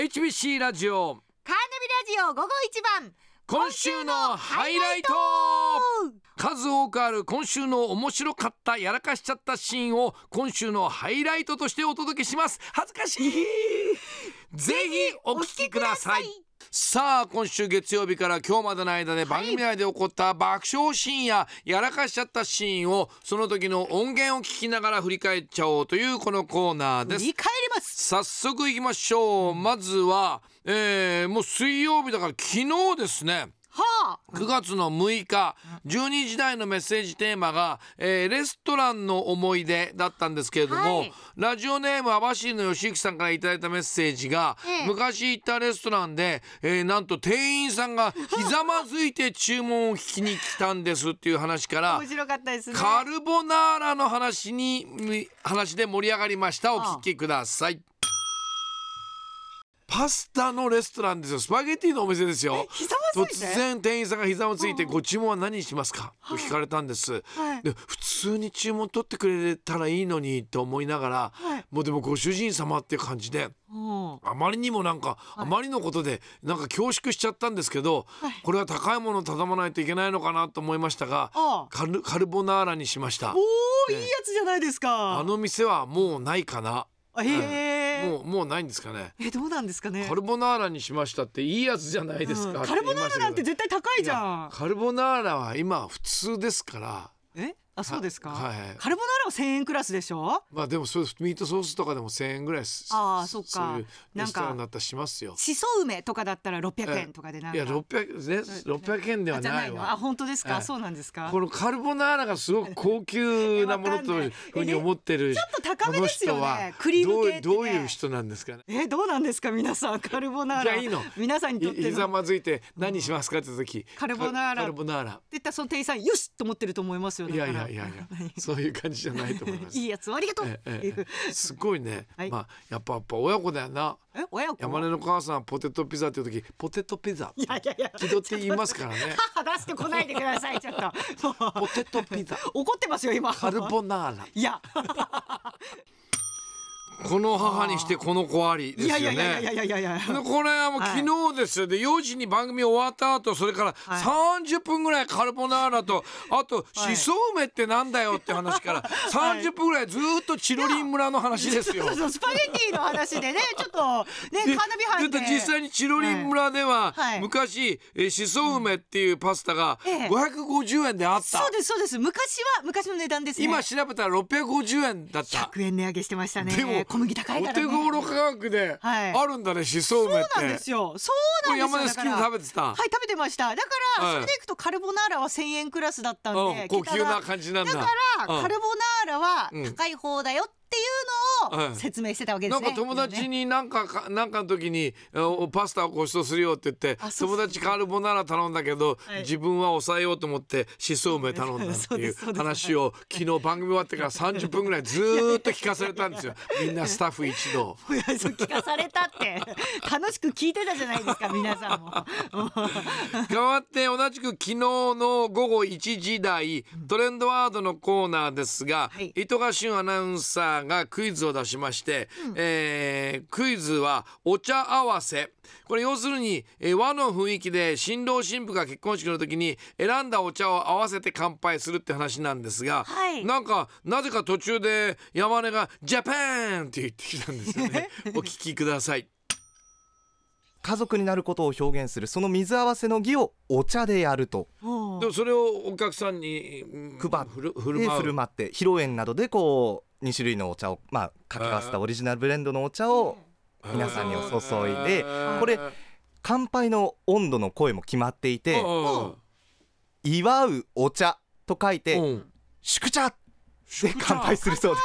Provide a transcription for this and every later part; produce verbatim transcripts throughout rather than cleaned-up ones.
エイチビーシー ラジオカーナビラジオ午後一番今週のハイライト。数多くある今週の面白かったやらかしちゃったシーンを今週のハイライトとしてお届けします。恥ずかしいぜひお聞きください。さあ今週月曜日から今日までの間で番組内で起こった爆笑シーンややらかしちゃったシーンをその時の音源を聞きながら振り返っちゃおうというこのコーナーです。 振り返ります。 早速いきましょう。まずは、えー、もう水曜日だから昨日ですね。 はあ、 くがつのむいかじゅうにじ台のメッセージテーマが、えー、レストランの思い出だったんですけれども、はい、ラジオネーム網走の吉行さんからいただいたメッセージが、ええ、昔行ったレストランで、えー、なんと店員さんがひざまずいて注文を聞きに来たんですっていう話から面白かったですね。 カルボナーラの話に話で盛り上がりました。お聞きください。パスタのレストランですよ。スパゲティのお店ですよ。突然店員さんが膝をついてご注文は何にしますかと聞かれたんです、はい、で普通に注文取ってくれたらいいのにと思いながら、はい、もうでもご主人様っていう感じで、あまりにもなんか、はい、あまりのことでなんか恐縮しちゃったんですけど、はい、これは高いものを頼まないといけないのかなと思いましたが、カル、カルボナーラにしました。 おー、いいやつじゃないですか。 あの店はもうないかな。 へえ、もうもうないんですかね。 え、どうなんですかね。 カルボナーラにしましたっていいやつじゃないですか、 うん、カルボナーラなんて絶対高いじゃん。 カルボナーラは今普通ですから。 え、あ、そうですか、はい、 はい、 カルボナーラはせんえんクラスでしょ。 まあでもそうミートソースとかでもせんえんぐらいです。 ああ、そっか。 そういうレストランだったらしますよ。 しそ梅とかだったらろっぴゃくえんとかでなんか、 いやろっぴゃく、ね、ろっぴゃくえんではないわ。 あ、本当ですか、はい、そうなんですか。 このカルボナーラがすごく高級なものというふうに思ってるちょっと高めですよね。クリーム系ってね、 どういう人なんですかね。 え、どうなんですか皆さん。カルボナーラ。 じゃあいいの。 皆さんにとってのひざまずいて何しますかって時、 カルボナーラ。 カルボナーラって言ったらその店員さんよしと思ってると思いますよ。 いやいやいやいやそういう感じじゃないと思います。 いいやつありがとう、ええええ、すごいね、はい、まあやっぱやっぱ親子だよな。 え、親子。 山根の母さんポテトピザっていう時ポテトピザいやいやいや気取って言いますからね。 母出してこないでくださいちょっとポテトピザ怒ってますよ今。 カルボナーラ。 いやこの母にしてこの子ありですよね。 いやいやいやいやいやいや。 これはもう昨日ですよ。でよじに番組終わった後それからさんじゅっぷんぐらいカルボナーラとあとしそ梅ってなんだよって話からさんじゅっぷんぐらいずっとチロリン村の話ですよ。 スパゲティの話でねちょっとねカーナビ入って実際にチロリン村では昔しそ梅っていうパスタがごひゃくごじゅうえんであった。 そうですそうです。昔は昔の値段ですね。 今調べたらろっぴゃくごじゅうえんだった。 ひゃくえん値上げしてましたね。 でも小麦高いからね。 お手頃価格であるんだね、しそ梅って。 そうなんですよ。そうなんですよ。 山根好きに食べてた。 はい、食べてました。だからそれでいくとカルボナーラはせんえんクラスだったんで、 高級な感じなんだ。 だからカルボナーラは高い方だよっていうのを説明してたわけですね。 なんか友達になんかなんかの時にパスタをご馳走するよって言って友達カルボナーラ頼んだけど自分は抑えようと思ってしそ梅頼んだっていう話を昨日番組終わってからさんじゅっぷんぐらいずーっと聞かされたんですよ。みんなスタッフ一同。 いや聞かされたって楽しく聞いてたじゃないですか皆さんも。 変わって同じく昨日の午後いちじ台トレンドワードのコーナーですが、はい、糸賀俊アナウンサーがクイズを出しまして、うんえー、クイズはお茶合わせ。これ要するに、えー、和の雰囲気で新郎新婦が結婚式の時に選んだお茶を合わせて乾杯するって話なんですが、はい、なんかなぜか途中で山根がジャパンって言ってきたんですよね。お聞きください。 家族になることを表現するその水合わせの儀をお茶でやると。 でもそれをお客さんに配って振る舞って披露宴などでこうに種類のお茶を、まあ、掛け合わせたオリジナルブレンドのお茶を皆さんに注いで、これ乾杯の温度の声も決まっていて、祝うお茶と書いて祝茶で乾杯するそうです。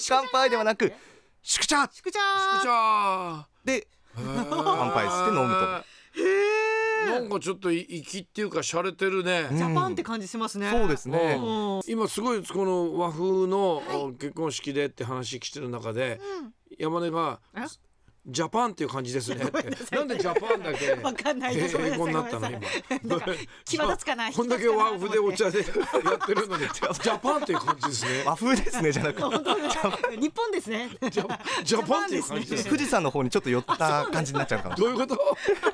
乾杯ではなく祝茶で乾杯して飲むと。 なんかちょっと粋っていうか洒落てるね。 ジャパンって感じしますね。 そうですね。 今すごいこの和風の結婚式でって話来てる中で、山根がジャパンっていう感じですねってなんでジャパンだけわかんないです。 英語になったの今なんか際立つかな。 こんだけ和風でお茶でやってるのにジャパンっていう感じですね。 和風ですねじゃなくて日本ですね。 ジャジャパンっていう感じですね。 富士山の方にちょっと寄った感じになっちゃうかも。 どういうこと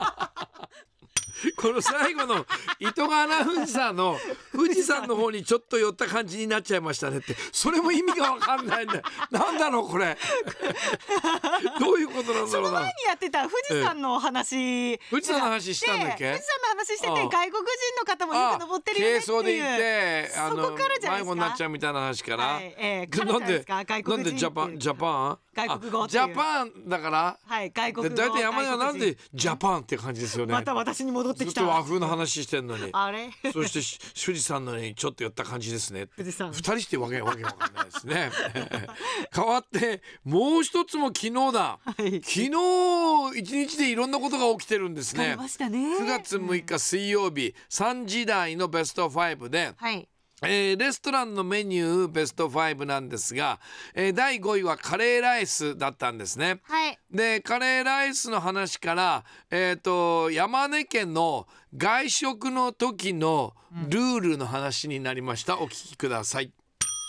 この最後の糸川アナウンサーの富士山の方にちょっと寄った感じになっちゃいましたねってそれも意味がわかんないんだよ。なんだろうこれどういうことなんだろうな。 その前にやってた富士山の話、 ええ、富士山の話したんだっけ。 富士山の話してて外国人の方もよく登ってるよねっていう軽装で行ってあのそこからじゃないですか。 迷子になっちゃうみたいな話から、 はい、えー、なんでなんでジャパンジャパン外国語ジャパンだから、はい、 外国語。 だいたい山根はなんでジャパンって感じですよね。 また私に戻ってきた。 ずっと和風の話してんのにあれそして富士山のにちょっと寄った感じですね。 富士山ふたりしてわけわけわかんないですね変わってもう一つも昨日だ、はい、昨日一日でいろんなことが起きてるんですね。 ましたね。 くがつむいか水曜日さんじ台のベストごで、 はい、 えー、レストランのメニューベストごなんですが、えー、だいごいはカレーライスだったんですね、 はい、でカレーライスの話から、えー、と山根県の外食の時のルールの話になりました、うん、お聞きください。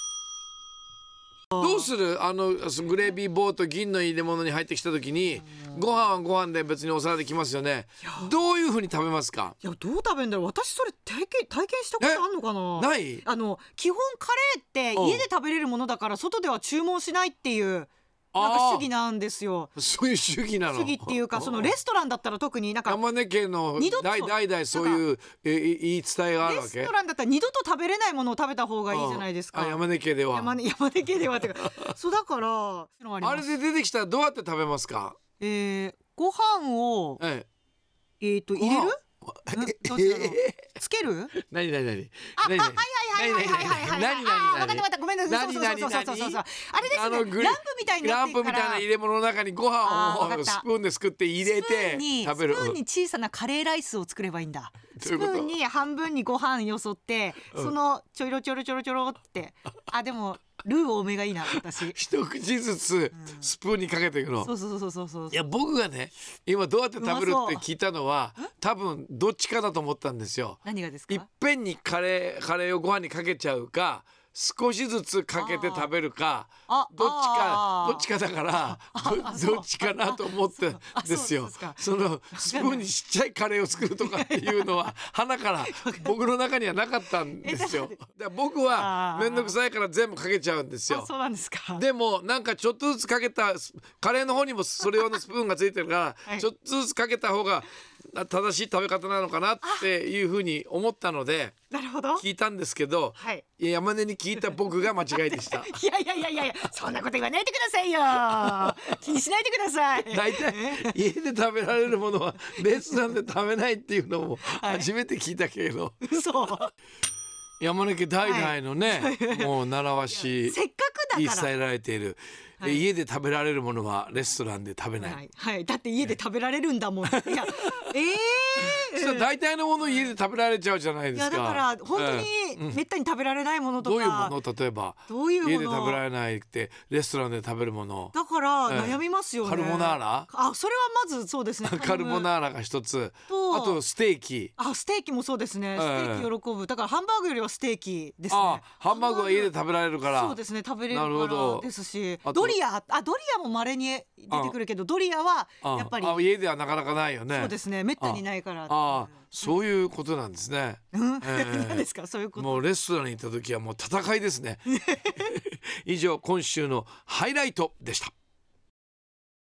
どうするあのグレービーボート銀の入れ物に入ってきた時にご飯はご飯で別にお皿できますよね。どういう風に食べますか。 いやどう食べるんだろう。私それ体験体験したことあるのかな。ないあの基本カレーって家で食べれるものだから外では注文しないっていうなんか主義なんですよ。 そういう主義なの。 主義っていうかそのレストランだったら特になんか山根県の代々そういう言い伝えがあるわけ。 レストランだったら二度と食べれないものを食べた方がいいじゃないですか。 あ山根県では山根山根県ではってかそうだからあれで出てきたらどうやって食べますか。 えー、ご飯をええー、と入れるどっちだろうつける何何何あはいはいはいはいはいはい何何分かった分かったごめんなさい。そうそうそうそうそうそうあれですねランプみたいになってるからランプみたいな入れ物の中にご飯をスプーンですくって入れて食べる。 スプーンに小さなカレーライスを作ればいいんだ。スプーンに半分にご飯よそってそのちょろちょろちょろちょろってあでもルー多めがいいな私。 一口ずつスプーンにかけていくの。 そうそうそうそうそう。 いや僕がね今どうやって食べるって聞いたのは多分どっちかだと思ったんですよ。 何がですか。 いっぺんにカレーカレーをご飯にかけちゃうか少しずつかけて食べるかどっちかどっちかだからどっちかなと思ってですよ。そのスプーンにちっちゃいカレーを作るとかっていうのは鼻から僕の中にはなかったんですよ。だ僕は面倒くさいから全部かけちゃうんですよ。 そうなんですか。 でもなんかちょっとずつかけたカレーの方にもそれ用のスプーンがついてるから、はい、ちょっとずつかけた方が正しい食べ方なのかなっていうふうに思ったのでなるほど聞いたんですけど、はい、山根に聞いた僕が間違いでした。いやいやいやいやいやそんなこと言わないでくださいよ気にしないでください。 大体家で食べられるものはレストランで食べないっていうのも初めて聞いたけど、 はい、嘘山根家代々のね、はい、もう習わしせっかくだから言い伝えられている、はい、家で食べられるものはレストランで食べない、 はいはい、だって家で食べられるんだもん、ね、いやえー、そ大体のもの家で食べられちゃうじゃないですか。 いやだから本当にめったに食べられないものとか、 どういうもの例えばどういうもの家で食べられないってレストランで食べるものだから悩みますよね。 カルボナーラあそれはまずそうですねカルボナーラが一つあとステーキあステーキもそうですね、えー、ステーキ喜ぶだからハンバーグよりはステーキですね。 あハンバーグは家で食べられるからそうですね食べれるからですしドリアあドリアも稀に出てくるけどドリアはやっぱりあ家ではなかなかないよね。 そうですねめったにないからあそういうことなんですね。 うん、えー、何ですかそういうこと。 もうレストランに行った時はもう戦いですね以上今週のハイライトでした。